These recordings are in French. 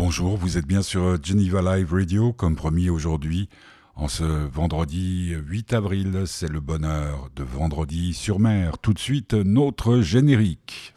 Bonjour, vous êtes bien sur Geneva Live Radio, comme promis aujourd'hui, en ce vendredi 8 avril, c'est le bonheur de Vendredi sur mer. Tout de suite, notre générique.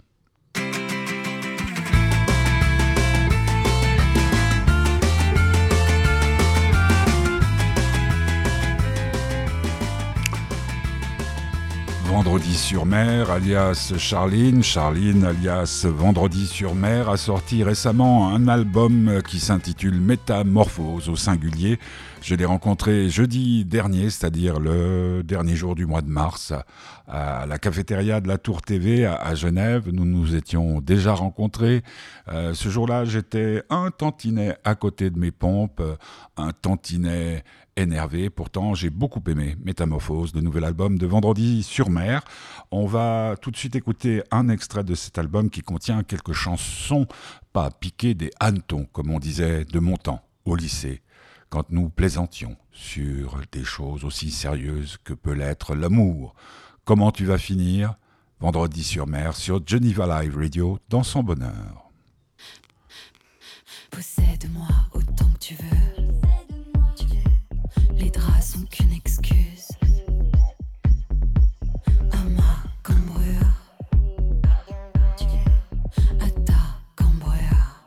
Vendredi sur mer, alias Charline alias Vendredi sur mer, a sorti récemment un album qui s'intitule Métamorphose au singulier. Je l'ai rencontré jeudi dernier, c'est-à-dire le dernier jour du mois de mars, à la cafétéria de la Tour TV à Genève. Nous nous étions déjà rencontrés. Ce jour-là, j'étais un tantinet à côté de mes pompes, un tantinet énervé. Pourtant, j'ai beaucoup aimé Métamorphose, le nouvel album de Vendredi sur mer. On va tout de suite écouter un extrait de cet album qui contient quelques chansons pas piquées des hannetons, comme on disait de mon temps au lycée, quand nous plaisantions sur des choses aussi sérieuses que peut l'être l'amour. Comment tu vas finir ? Vendredi sur mer, sur Geneva Live Radio, dans son bonheur. Possède-moi autant que tu veux. Les draps sont qu'une excuse. À ma cambrure. À ta cambrure.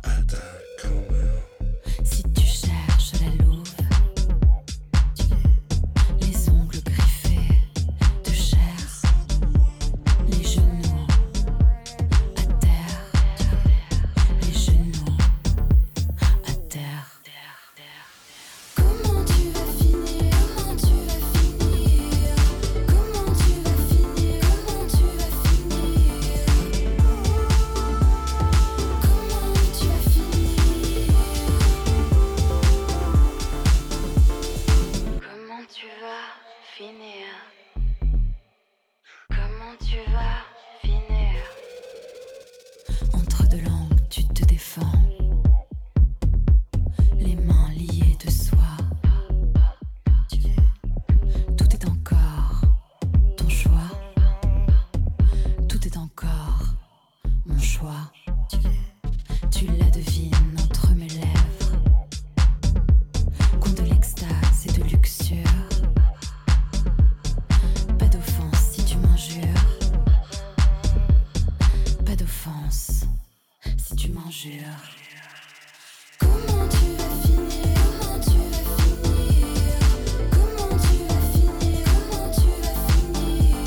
Si tu cherches la louve, les ongles griffés de chair, les genoux à terre, les genoux à terre. Comment tu vas finir? Comment tu vas finir? Comment tu vas finir? Comment tu vas finir? Comment tu vas finir? Comment tu vas finir? Comment tu vas finir? Entre deux langues, tu te défends, les mains liées de soie. Tout est encore ton choix. Tout est encore mon choix. Tu la devines entre mes lèvres. Coin de l'extase et de luxure. Pas d'offense si tu m'injures. Pas d'offense si tu m'injures. Comment tu vas finir? Comment tu vas finir? Comment tu vas finir? Comment tu vas finir?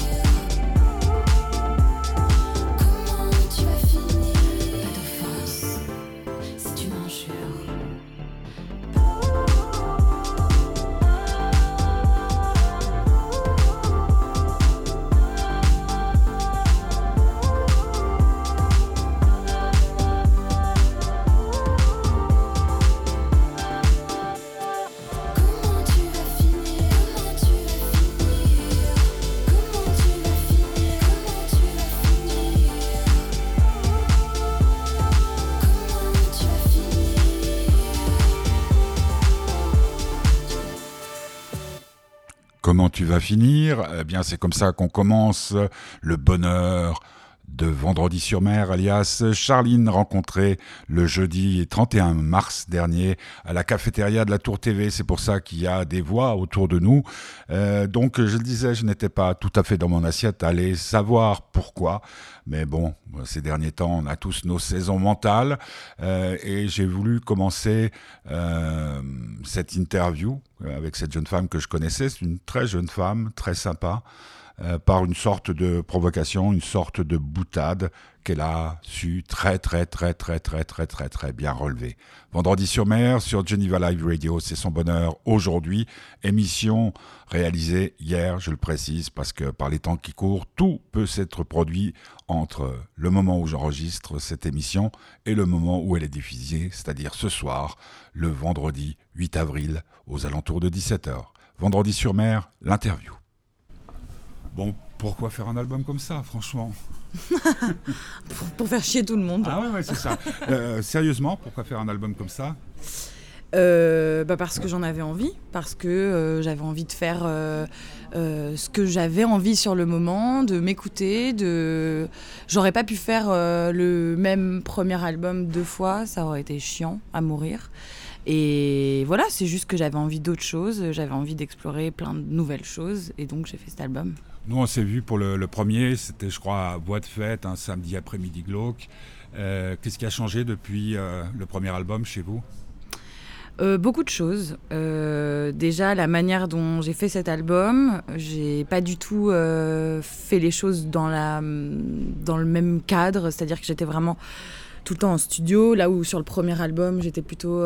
Comment tu vas finir? Pas d'offense si tu m'injures. Comment tu vas finir? Comment tu vas finir? Comment tu vas finir? Comment tu vas finir? Comment tu vas finir? Comment tu vas finir ? Eh bien, c'est comme ça qu'on commence le bonheur de Vendredi sur mer, alias Charline, rencontrée le jeudi 31 mars dernier à la cafétéria de la Tour TV. C'est pour ça qu'il y a des voix autour de nous. Donc, je le disais, je n'étais pas tout à fait dans mon assiette. Allez savoir pourquoi. Mais bon, ces derniers temps, on a tous nos saisons mentales. Et j'ai voulu commencer cette interview avec cette jeune femme que je connaissais. C'est une très jeune femme, très sympa. Par une sorte de provocation, une sorte de boutade qu'elle a su très bien relever. Vendredi sur mer, sur Geneva Live Radio, c'est son bonheur aujourd'hui. Émission réalisée hier, je le précise, parce que par les temps qui courent, tout peut s'être produit entre le moment où j'enregistre cette émission et le moment où elle est diffusée, c'est-à-dire ce soir, le vendredi 8 avril, aux alentours de 17h. Vendredi sur mer, l'interview. Bon, pourquoi faire un album comme ça, franchement ? pour faire chier tout le monde. Ah ouais, c'est ça. Sérieusement, pourquoi faire un album comme ça ? Parce que j'en avais envie, parce que j'avais envie de faire ce que j'avais envie sur le moment, de m'écouter. J'aurais pas pu faire le même premier album 2 fois, ça aurait été chiant à mourir. Et voilà, c'est juste que j'avais envie d'autres choses, j'avais envie d'explorer plein de nouvelles choses, et donc j'ai fait cet album. Nous, on s'est vu pour le premier, c'était, je crois, à Bois de Fête, un samedi après-midi glauque. Qu'est-ce qui a changé depuis le premier album chez vous ? Beaucoup de choses. Déjà, la manière dont j'ai fait cet album, j'ai pas du tout fait les choses dans le même cadre, c'est-à-dire que j'étais vraiment tout le temps en studio, là où sur le premier album, j'étais plutôt,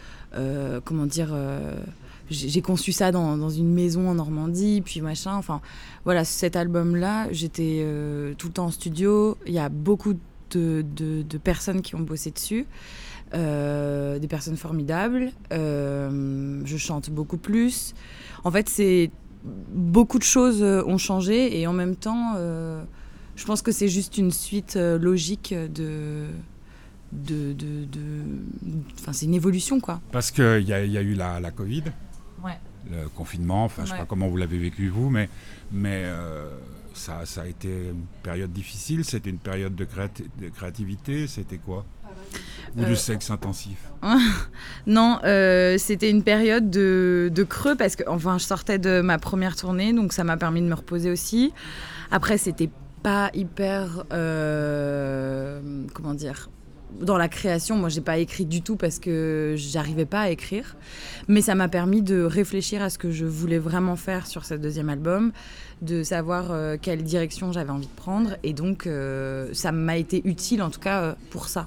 j'ai conçu ça dans une maison en Normandie, puis machin, enfin, voilà, cet album-là, j'étais tout le temps en studio, il y a beaucoup de personnes qui ont bossé dessus. Des personnes formidables. Je chante beaucoup plus. En fait, beaucoup de choses ont changé et en même temps, je pense que c'est juste une suite logique c'est une évolution, quoi. Parce qu'il y a eu la Covid, ouais. Le confinement, je ne sais pas comment vous l'avez vécu vous, mais ça a été une période difficile, c'était une période de créativité, c'était quoi ? Ou du sexe intensif? Non, c'était une période de creux parce que je sortais de ma première tournée, donc ça m'a permis de me reposer aussi. Après, c'était pas hyper... Dans la création, moi, j'ai pas écrit du tout parce que j'arrivais pas à écrire. Mais ça m'a permis de réfléchir à ce que je voulais vraiment faire sur ce deuxième album, de savoir quelle direction j'avais envie de prendre. Et donc, ça m'a été utile, en tout cas, pour ça.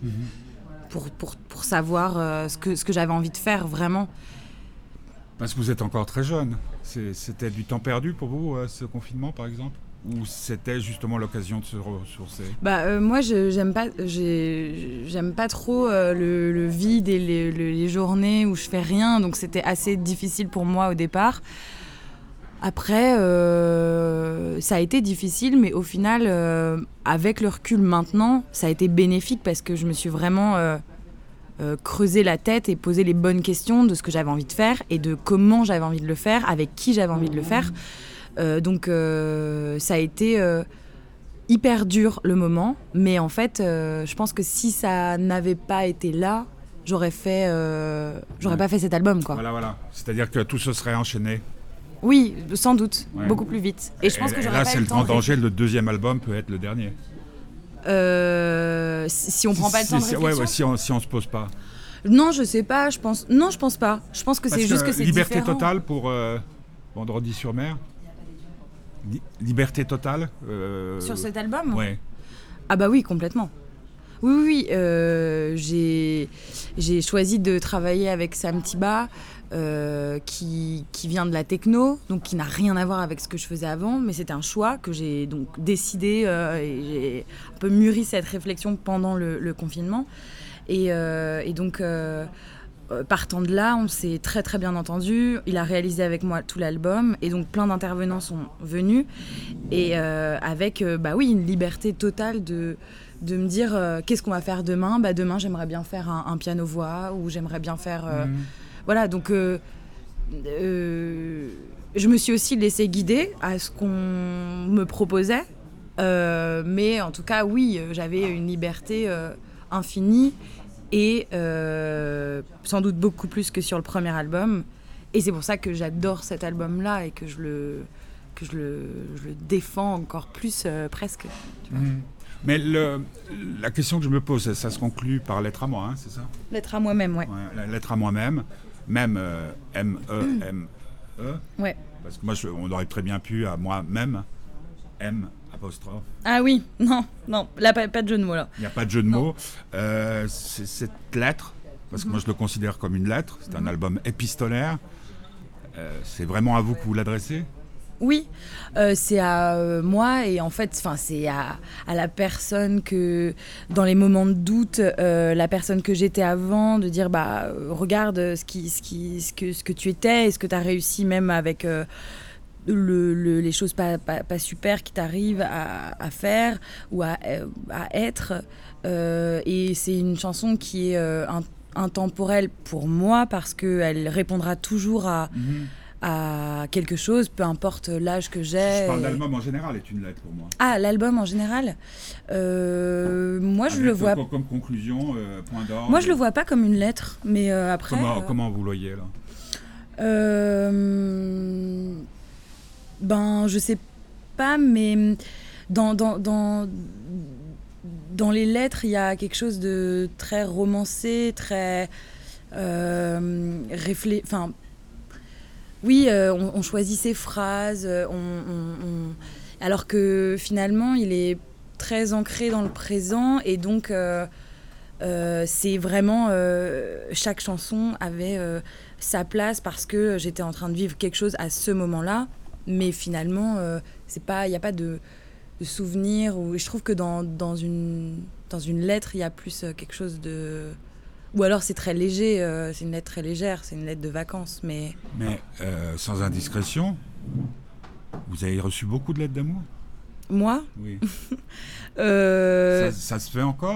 Pour savoir ce que j'avais envie de faire vraiment. Parce que vous êtes encore très jeune. C'était du temps perdu pour vous, ce confinement par exemple ? Ou c'était justement l'occasion de se ressourcer ? Moi, j'aime pas trop le vide et les journées où je fais rien, donc c'était assez difficile pour moi au départ. Après, ça a été difficile, mais au final, avec le recul maintenant, ça a été bénéfique parce que je me suis vraiment creusé la tête et posé les bonnes questions de ce que j'avais envie de faire et de comment j'avais envie de le faire, avec qui j'avais envie de le faire. Donc, ça a été hyper dur le moment, mais en fait, je pense que si ça n'avait pas été là, j'aurais pas fait cet album, quoi. Voilà. C'est-à-dire que tout se serait enchaîné. Oui, sans doute, beaucoup plus vite. Et je pense que j'aurais là, pas c'est eu le le temps grand danger, le deuxième album peut être le dernier. Si on prend pas le temps de réflexion. Si on se pose pas. Non, je sais pas, je pense pas. Je pense que c'est juste que c'est liberté différent. Totale pour Vendredi sur mer. Liberté totale sur cet album ? Ouais. Ah bah oui, complètement. Oui, j'ai choisi de travailler avec Sam Tiba, qui vient de la techno, donc qui n'a rien à voir avec ce que je faisais avant, mais c'était un choix que j'ai donc décidé et j'ai un peu mûri cette réflexion pendant le confinement. Et donc, partant de là, on s'est très très bien entendu. Il a réalisé avec moi tout l'album et donc plein d'intervenants sont venus et avec une liberté totale de me dire qu'est-ce qu'on va faire demain. Demain, j'aimerais bien faire un piano-voix ou j'aimerais bien faire... Voilà, donc je me suis aussi laissée guider à ce qu'on me proposait. Mais en tout cas, oui, j'avais une liberté infinie et sans doute beaucoup plus que sur le premier album. Et c'est pour ça que j'adore cet album-là et que je le défends encore plus presque. Tu vois. Mais la question que je me pose, ça se conclut par Lettre à moi, hein, c'est ça ? Lettre à moi-même, ouais. La Lettre à moi-même, même M-E-M-E. Ouais. Parce que moi, on aurait très bien pu à moi-même, M'. Ah oui, non, là pas de jeu de mots là. Il n'y a pas de jeu de mots. C'est cette lettre, parce que moi je le considère comme une lettre, c'est un album épistolaire. C'est vraiment à vous que vous l'adressez ? Oui, c'est à moi et en fait, c'est à la personne que, dans les moments de doute, la personne que j'étais avant, de dire regarde ce que tu étais et ce que tu as réussi même avec les choses pas super qui t'arrivent à faire ou à être. Et c'est une chanson qui est intemporelle pour moi parce qu'elle répondra toujours à quelque chose, peu importe l'âge que j'ai. Je parle d'album en général, est une lettre pour moi. Ah, l'album en général moi, je le vois... Comme conclusion, point d'ordre. Moi, je le vois pas comme une lettre, mais après... Comment vous le voyez, là ? Ben, je sais pas, mais dans les lettres, il y a quelque chose de très romancé, très enfin, oui, on choisit ses phrases, alors que finalement, il est très ancré dans le présent, et donc c'est vraiment chaque chanson avait sa place parce que j'étais en train de vivre quelque chose à ce moment-là, mais finalement, il n'y a pas de souvenir. Je trouve que dans une lettre, il y a plus quelque chose de... Ou alors c'est très léger, c'est une lettre très légère, c'est une lettre de vacances. Mais sans indiscrétion, vous avez reçu beaucoup de lettres d'amour ? Moi ? Oui. Ça se fait encore ?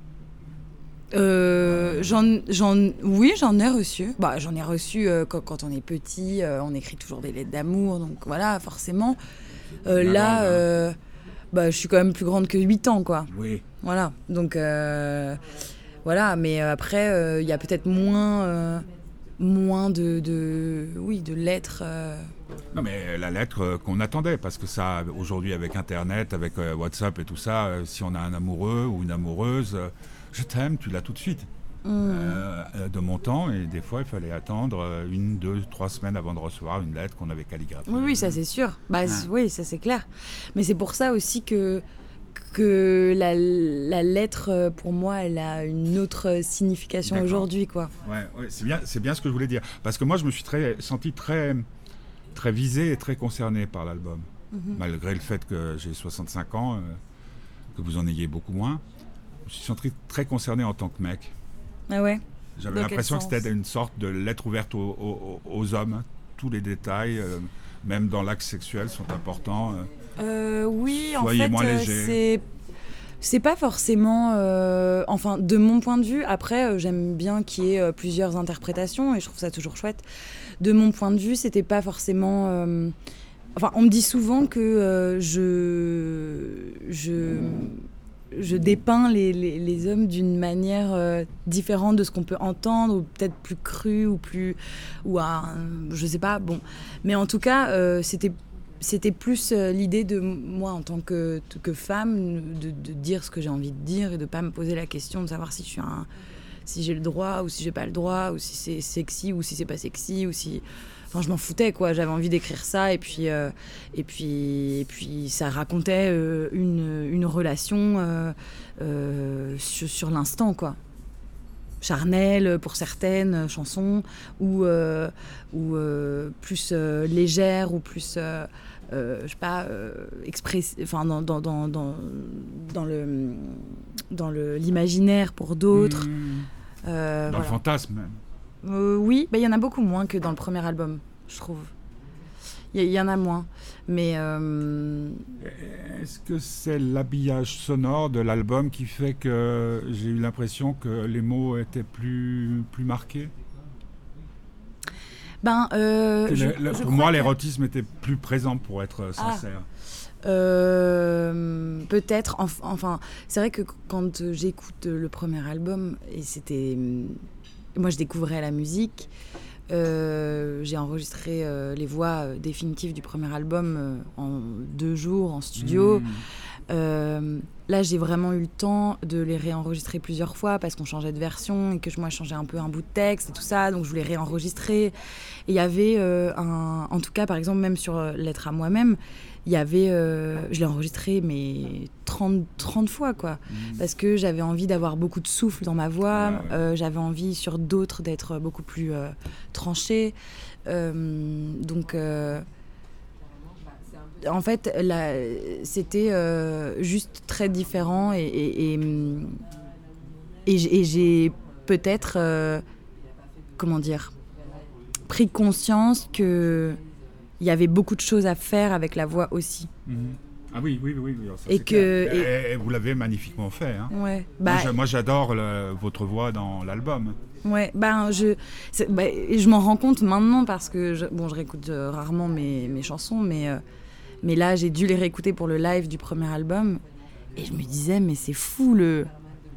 Oui, j'en ai reçu. Bah, j'en ai reçu quand on est petit, on écrit toujours des lettres d'amour, donc voilà, forcément. Je suis quand même plus grande que 8 ans, quoi. Oui. Voilà, donc voilà, mais après, il y a peut-être moins de lettres. Non, mais la lettre qu'on attendait, parce que ça, aujourd'hui, avec Internet, avec WhatsApp et tout ça, si on a un amoureux ou une amoureuse, je t'aime, tu l'as tout de suite. De mon temps, et des fois, il fallait attendre 1, 2, 3 semaines avant de recevoir une lettre qu'on avait calligraphiée. Oui, ça c'est sûr. Oui, ça c'est clair. Mais c'est pour ça aussi que la lettre, pour moi, elle a une autre signification aujourd'hui, quoi. Ouais, c'est bien ce que je voulais dire. Parce que moi, je me suis senti très, très visé et très concerné par l'album. Malgré le fait que j'ai 65 ans, que vous en ayez beaucoup moins. Je me suis senti très concerné en tant que mec. Ah ouais ? J'avais l'impression que c'était une sorte de lettre ouverte aux hommes. Tous les détails, même dans l'axe sexuel, sont importants. Oui, en Soyez fait, moins léger. C'est pas forcément... enfin, de mon point de vue, après, j'aime bien qu'il y ait plusieurs interprétations, et je trouve ça toujours chouette. De mon point de vue, c'était pas forcément... Enfin, on me dit souvent que je dépeins les hommes d'une manière différente de ce qu'on peut entendre, ou peut-être plus crue, je sais pas, bon. Mais en tout cas, c'était plus l'idée de moi, en tant que femme, de dire ce que j'ai envie de dire, et de pas me poser la question de savoir si j'ai le droit, ou si j'ai pas le droit, ou si c'est sexy, ou si c'est pas sexy, ou si... Enfin, je m'en foutais, quoi. J'avais envie d'écrire ça, et puis ça racontait une relation sur l'instant, quoi. Charnelle pour certaines chansons, ou plus légère, ou plus je sais pas, enfin dans l'imaginaire pour d'autres. Dans voilà. Le fantasme même. Oui, il y en a beaucoup moins que dans le premier album, je trouve. Il y en a moins, mais... Est-ce que c'est l'habillage sonore de l'album qui fait que j'ai eu l'impression que les mots étaient plus marqués ? Pour moi, l'érotisme était plus présent, pour être sincère. Peut-être. Enfin, c'est vrai que quand j'écoute le premier album, et c'était... Moi, je découvrais la musique. J'ai enregistré les voix définitives du premier album en 2 jours en studio. Là, j'ai vraiment eu le temps de les réenregistrer plusieurs fois parce qu'on changeait de version et que moi, je changeais un peu un bout de texte et tout ça. Donc, je voulais réenregistrer. Et il y avait en tout cas, par exemple, même sur Lettre à moi-même, il y avait... je l'ai enregistré, mais 30 fois, quoi. Parce que j'avais envie d'avoir beaucoup de souffle dans ma voix. J'avais envie, sur d'autres, d'être beaucoup plus tranchée. Donc... en fait, là, c'était juste très différent et j'ai peut-être, comment dire, pris conscience qu'il y avait beaucoup de choses à faire avec la voix aussi. Ah oui, alors ça, Et c'est que- clair. Et vous l'avez magnifiquement fait. Hein. Ouais. Moi, j'adore votre voix dans l'album. Ouais, je m'en rends compte maintenant parce que je réécoute rarement mes chansons, mais là j'ai dû les réécouter pour le live du premier album et je me disais mais c'est fou le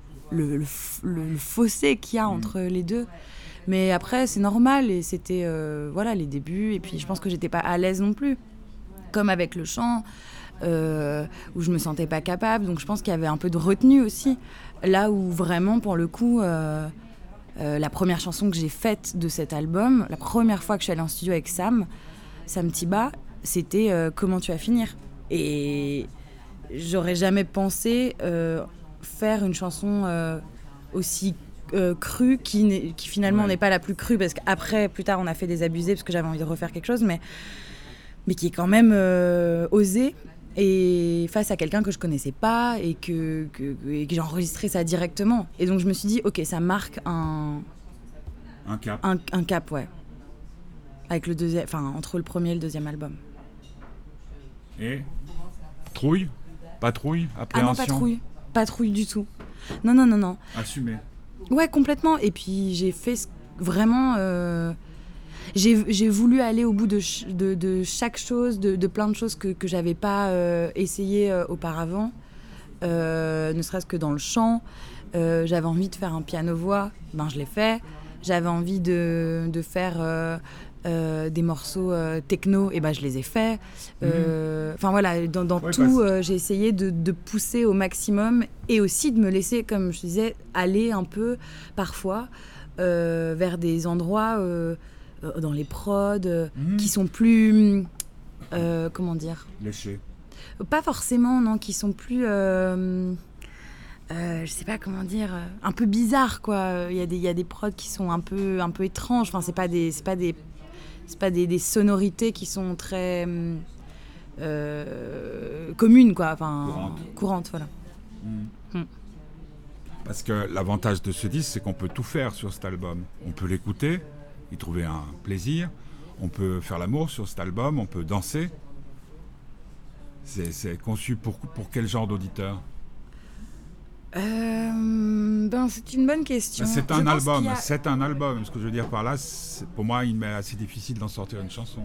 fossé qu'il y a entre les deux. Mais après c'est normal et c'était les débuts et puis je pense que j'étais pas à l'aise non plus, comme avec le chant où je me sentais pas capable, donc je pense qu'il y avait un peu de retenue aussi. Là où vraiment pour le coup la première chanson que j'ai faite de cet album, la première fois que je suis allée en studio avec Sam Tiba, c'était Comment tu vas finir. Et j'aurais jamais pensé faire une chanson aussi crue, qui finalement n'est pas la plus crue, parce qu'après, plus tard, on a fait des abusés, parce que j'avais envie de refaire quelque chose, mais qui est quand même osée. Et face à quelqu'un que je connaissais pas et que j'ai enregistré ça directement. Et donc je me suis dit, ok, ça marque un cap. Un cap, ouais. Avec entre le premier et le deuxième album. Et trouille, appréhension. Ah non, pas trouille du tout. Non. Assumé. Ouais, complètement. Et puis j'ai fait vraiment. J'ai voulu aller au bout de chaque chose, de plein de choses que j'avais pas essayé auparavant, ne serait-ce que dans le chant. J'avais envie de faire un piano-voix, je l'ai fait. J'avais envie de faire des morceaux techno, et je les ai faits. Dans tout, j'ai essayé de pousser au maximum et aussi de me laisser, comme je disais, aller un peu parfois vers des endroits... dans les prods qui sont plus comment dire, léchés, pas forcément, non, qui sont plus je sais pas comment dire, un peu bizarres, quoi. Il y a des prods qui sont un peu étranges, c'est pas des sonorités qui sont très communes, quoi, courantes, voilà. Parce que l'avantage de ce disque, c'est qu'on peut tout faire sur cet album. On peut l'écouter, y trouver un plaisir, on peut faire l'amour sur cet album, on peut danser. C'est conçu pour quel genre d'auditeur ? C'est une bonne question. C'est un album. Ce que je veux dire par là, pour moi, il m'est assez difficile d'en sortir une chanson.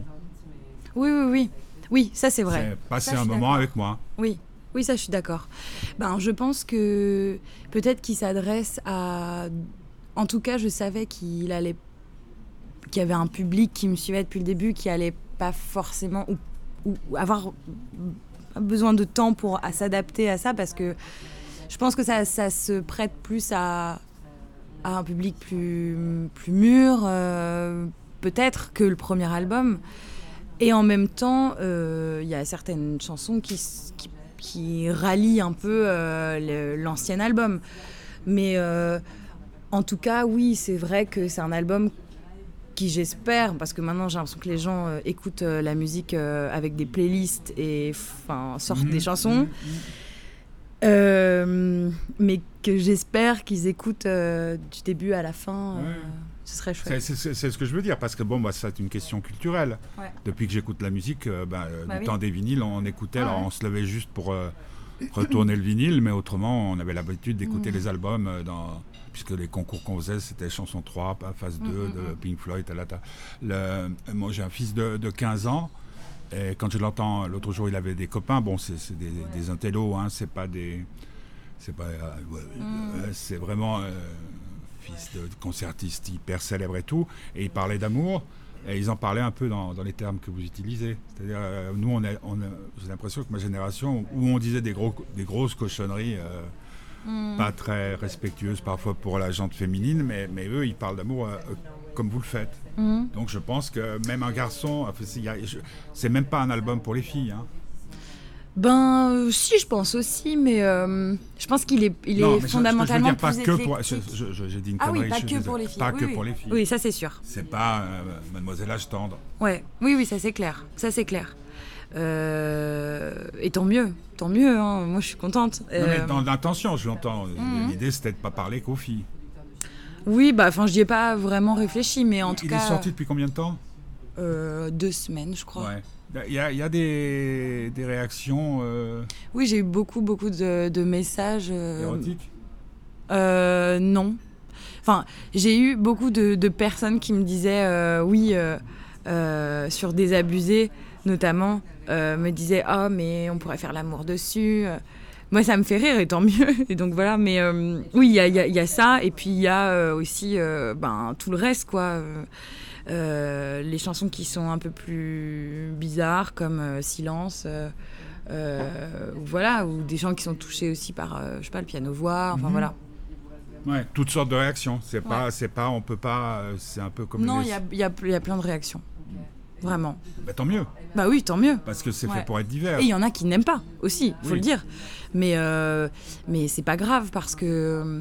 Oui, ça c'est vrai. C'est passer un moment avec moi. Oui, ça je suis d'accord. Je pense que peut-être qu'il s'adresse à... En tout cas, je savais qu'il y avait un public qui me suivait depuis le début, qui allait pas forcément ou avoir besoin de temps pour s'adapter à ça, parce que je pense que ça se prête plus à un public plus mûr, peut-être, que le premier album. Et en même temps, il y a certaines chansons qui rallient un peu l'ancien album. Mais en tout cas, oui, c'est vrai que c'est un album qui, j'espère, parce que maintenant j'ai l'impression que les gens écoutent la musique avec des playlists et sortent des chansons, mais que j'espère qu'ils écoutent du début à la fin. Ce serait chouette. C'est ce que je veux dire, parce que c'est une question culturelle. Ouais. Depuis que j'écoute la musique, du temps des vinyles, on écoutait, alors on se levait juste pour retourner le vinyle, mais autrement, on avait l'habitude d'écouter les albums puisque les concours qu'on faisait, c'était chanson 3, phase 2 de Pink Floyd. Moi, j'ai un fils de 15 ans, et quand je l'entends, l'autre jour, il avait des copains, c'est des intellos, hein, c'est vraiment fils de concertiste hyper célèbre et tout, et il parlait d'amour, et ils en parlaient un peu dans les termes que vous utilisez. C'est-à-dire, nous, j'ai l'impression que ma génération, où on disait des grosses cochonneries, pas très respectueuses parfois pour la gente féminine, mais eux, ils parlent d'amour comme vous le faites. Donc je pense que même un garçon, c'est même pas un album pour les filles, hein. Si, je pense aussi, mais je pense qu'il est fondamentalement je veux dire, plus pas éclectique. J'ai dit une connerie. Pas que pour les filles. Pour les filles. Oui, ça c'est sûr. C'est pas Mademoiselle Âge tendre. Ouais. Oui, ça c'est clair. Et tant mieux, hein. Moi je suis contente. Non, mais dans l'intention, je l'entends. L'idée, c'était de pas parler qu'aux filles. Oui, j'y ai pas vraiment réfléchi, mais en tout cas... Il est sorti depuis combien de temps ? 2 semaines, je crois. Ouais. Il y a des réactions Oui, j'ai eu beaucoup de messages. érotiques. Non. Enfin, j'ai eu beaucoup de personnes qui me disaient oui, sur Désabusé, notamment, me disaient « Ah, mais on pourrait faire l'amour dessus ». Moi, ça me fait rire, et tant mieux. Et donc voilà, mais oui, il y a ça, et puis il y a aussi tout le reste, quoi. Les chansons qui sont un peu plus bizarres, comme Silence, voilà, ou des gens qui sont touchés aussi par, je sais pas, le piano-voix, enfin voilà. Ouais, toutes sortes de réactions. C'est pas, on peut pas. C'est un peu comme. Non, il y a plein de réactions. Vraiment. Bah, tant mieux. Bah oui, tant mieux. Parce que c'est fait pour être divers. Et il y en a qui n'aiment pas aussi, faut le dire. Mais c'est pas grave parce que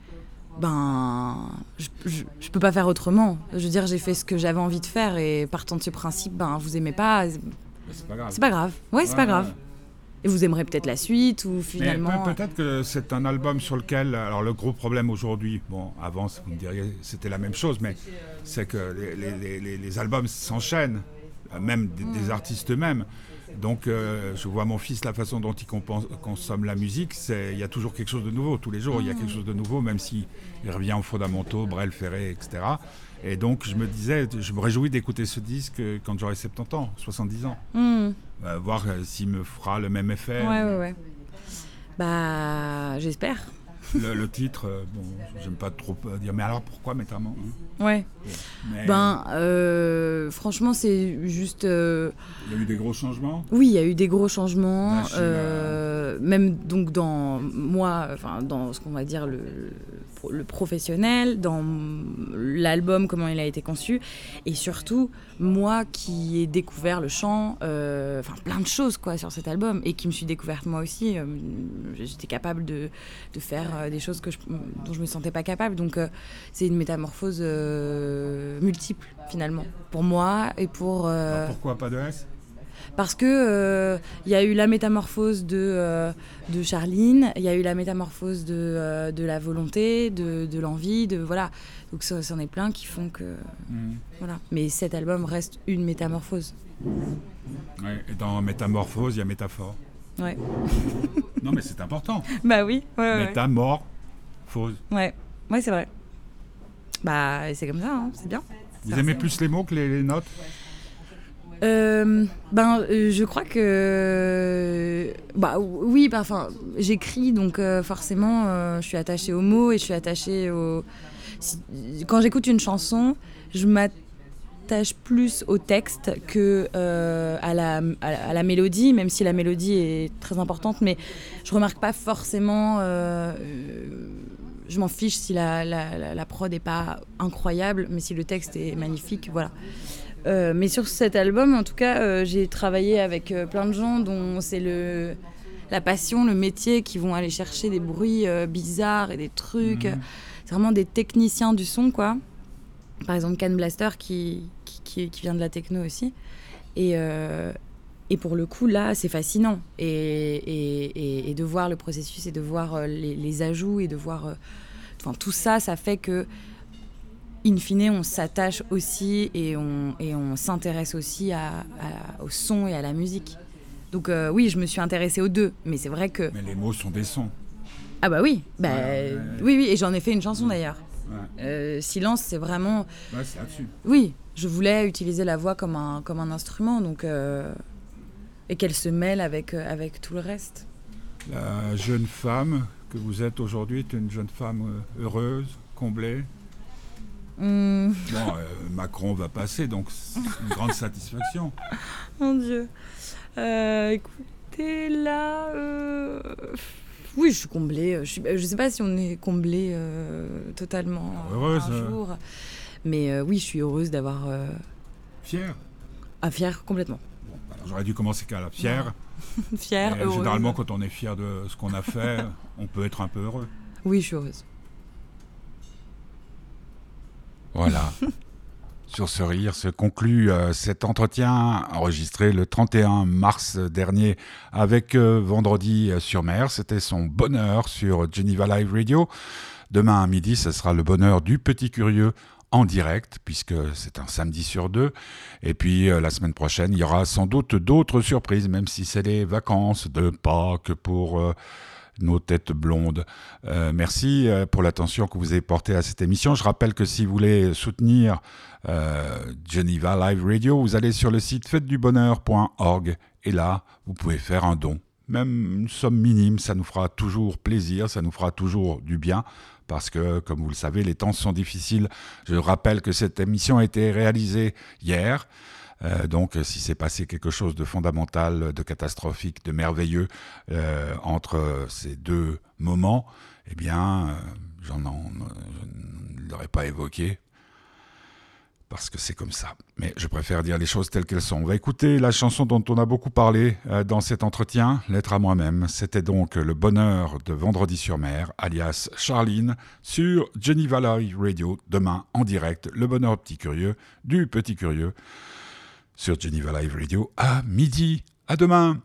je peux pas faire autrement. Je veux dire, j'ai fait ce que j'avais envie de faire et partant de ce principe, vous aimez pas. C'est pas grave. C'est pas grave. Ouais, c'est pas grave. Et vous aimerez peut-être la suite ou finalement... Mais peut-être que c'est un album sur lequel... Alors le gros problème aujourd'hui, bon, avant vous me diriez c'était la même chose, mais c'est que les albums s'enchaînent, même des artistes eux-mêmes. Donc je vois mon fils, la façon dont il consomme la musique, il y a toujours quelque chose de nouveau. Tous les jours, il y a quelque chose de nouveau, même s'il revient aux fondamentaux, Brel, Ferré, etc. Et donc je me réjouis d'écouter ce disque quand j'aurai 70 ans, 70 ans. Voir s'il me fera le même effet. Ouais. J'espère. Le titre, j'aime pas trop dire, mais alors pourquoi Métamor Ouais. Mais... franchement, c'est juste... Il y a eu des gros changements ? Oui, il y a eu des gros changements. Même donc dans ce qu'on va dire le professionnel, dans l'album, comment il a été conçu. Et surtout, moi qui ai découvert le chant, plein de choses quoi, sur cet album, et qui me suis découverte moi aussi. J'étais capable de faire des choses dont je me sentais pas capable. Donc c'est une métamorphose multiple finalement pour moi et pour. Pourquoi pas de S ? Parce que y a eu la métamorphose de Charline, il y a eu la métamorphose de la volonté, de l'envie, voilà. Donc ça en est plein qui font que voilà. Mais cet album reste une métamorphose. Ouais, et dans métamorphose, il y a métaphore. Ouais. Non mais c'est important. Bah oui. Ouais. Métamorphose. Ouais, c'est vrai. C'est comme ça, hein, c'est bien. Vous aimez plus les mots que les notes ? Je crois que oui, j'écris donc forcément je suis attachée aux mots et je suis attachée quand j'écoute une chanson, je m'attache plus au texte que à la mélodie, même si la mélodie est très importante, mais je remarque pas forcément je m'en fiche si la prod est pas incroyable, mais si le texte est magnifique, voilà. Mais sur cet album, en tout cas, j'ai travaillé avec plein de gens dont c'est la passion, le métier, qui vont aller chercher des bruits bizarres et des trucs. C'est vraiment des techniciens du son, quoi. Par exemple, Can Blaster, qui vient de la techno aussi. Et pour le coup, là, c'est fascinant. Et de voir le processus et de voir les ajouts et de voir... tout ça, ça fait que... In fine, on s'attache aussi et on s'intéresse aussi au son et à la musique. Donc oui, je me suis intéressée aux deux, mais c'est vrai que... Mais les mots sont des sons. Ah bah oui, oui, et j'en ai fait une chanson d'ailleurs. Ouais. Silence, c'est vraiment... Ouais, c'est là-dessus. Oui, je voulais utiliser la voix comme un instrument, donc et qu'elle se mêle avec tout le reste. La jeune femme que vous êtes aujourd'hui est une jeune femme heureuse, comblée. Macron va passer, donc c'est une grande satisfaction. Mon Dieu. Écoutez, là... Oui, je suis comblée. Je sais pas si on est comblé totalement heureuse, un jour. Mais oui, je suis heureuse d'avoir... Fière. Ah, fière, complètement. Bon, alors, j'aurais dû commencer qu'à la fière. Fière, heureuse. Généralement, quand on est fier de ce qu'on a fait, on peut être un peu heureux. Oui, je suis heureuse. Voilà. Sur ce rire se conclut cet entretien enregistré le 31 mars dernier avec Vendredi sur mer. C'était son bonheur sur Geneva Live Radio. Demain à midi, ce sera le bonheur du petit curieux en direct, puisque c'est un samedi sur 2. Et puis la semaine prochaine, il y aura sans doute d'autres surprises, même si c'est les vacances de Pâques pour nos têtes blondes. Merci pour l'attention que vous avez portée à cette émission. Je rappelle que si vous voulez soutenir Geneva Live Radio, vous allez sur le site fêtedubonheur.org et là, vous pouvez faire un don. Même une somme minime, ça nous fera toujours plaisir, ça nous fera toujours du bien, parce que, comme vous le savez, les temps sont difficiles. Je rappelle que cette émission a été réalisée hier, donc si c'est passé quelque chose de fondamental, de catastrophique, de merveilleux entre ces deux moments, eh bien, je ne l'aurais pas évoqué, parce que c'est comme ça. Mais je préfère dire les choses telles qu'elles sont. On va écouter la chanson dont on a beaucoup parlé dans cet entretien, Lettre à moi-même. C'était donc Le bonheur de Vendredi-sur-Mer, alias Charline, sur Geneva Live Radio, demain en direct, Le bonheur petit curieux, du petit curieux, sur Geneva Live Radio à midi. À demain!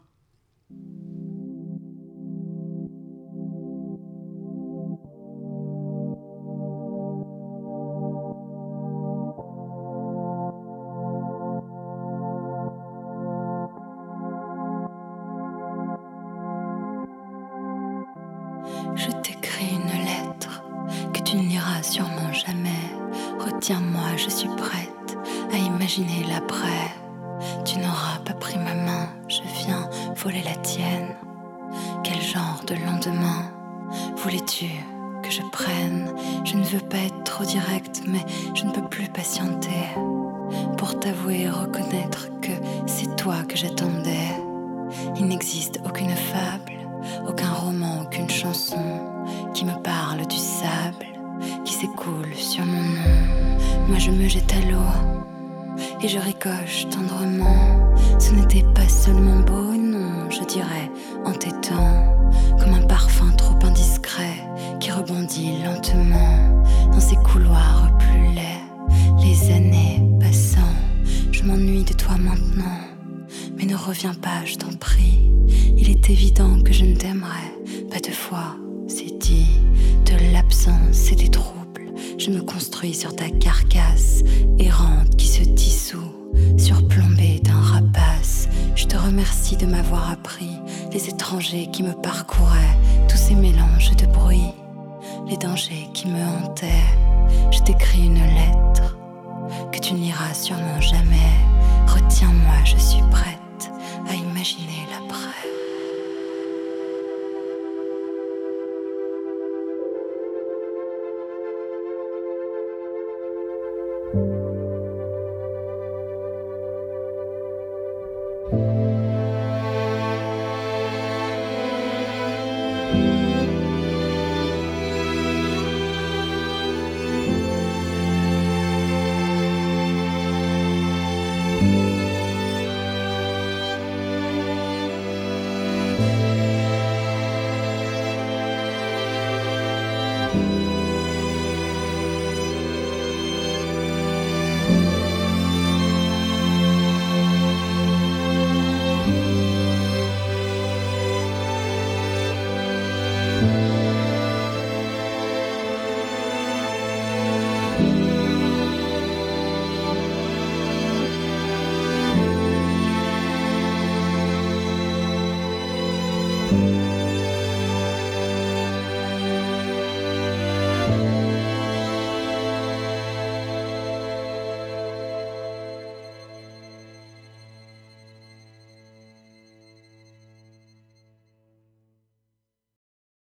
Je t'écris une lettre que tu ne liras sûrement jamais. Retiens-moi, je suis prête à imaginer l'après. Tu n'auras pas pris ma main, je viens voler la tienne. Quel genre de lendemain voulais-tu que je prenne? Je ne veux pas être trop directe, mais je ne peux plus patienter. Pour t'avouer et reconnaître que c'est toi que j'attendais. Il n'existe aucune fable, aucun roman, aucune chanson qui me parle du sable qui s'écoule sur mon nom. Moi je me jette à l'eau et je ricoche tendrement. Ce n'était pas seulement beau, non, je dirais entêtant, comme un parfum trop indiscret qui rebondit lentement dans ces couloirs plus laids. Les années passant, je m'ennuie de toi maintenant. Mais ne reviens pas, je t'en prie. Il est évident que je ne t'aimerai pas deux fois, c'est dit. De l'absence et des troubles, je me construis sur ta carcasse errante qui se dissout, surplombée d'un rapace. Je te remercie de m'avoir appris les étrangers qui me parcouraient, tous ces mélanges de bruit, les dangers qui me hantaient. Je t'écris une lettre que tu ne liras sûrement jamais. Retiens-moi, je suis prête à imaginer l'après.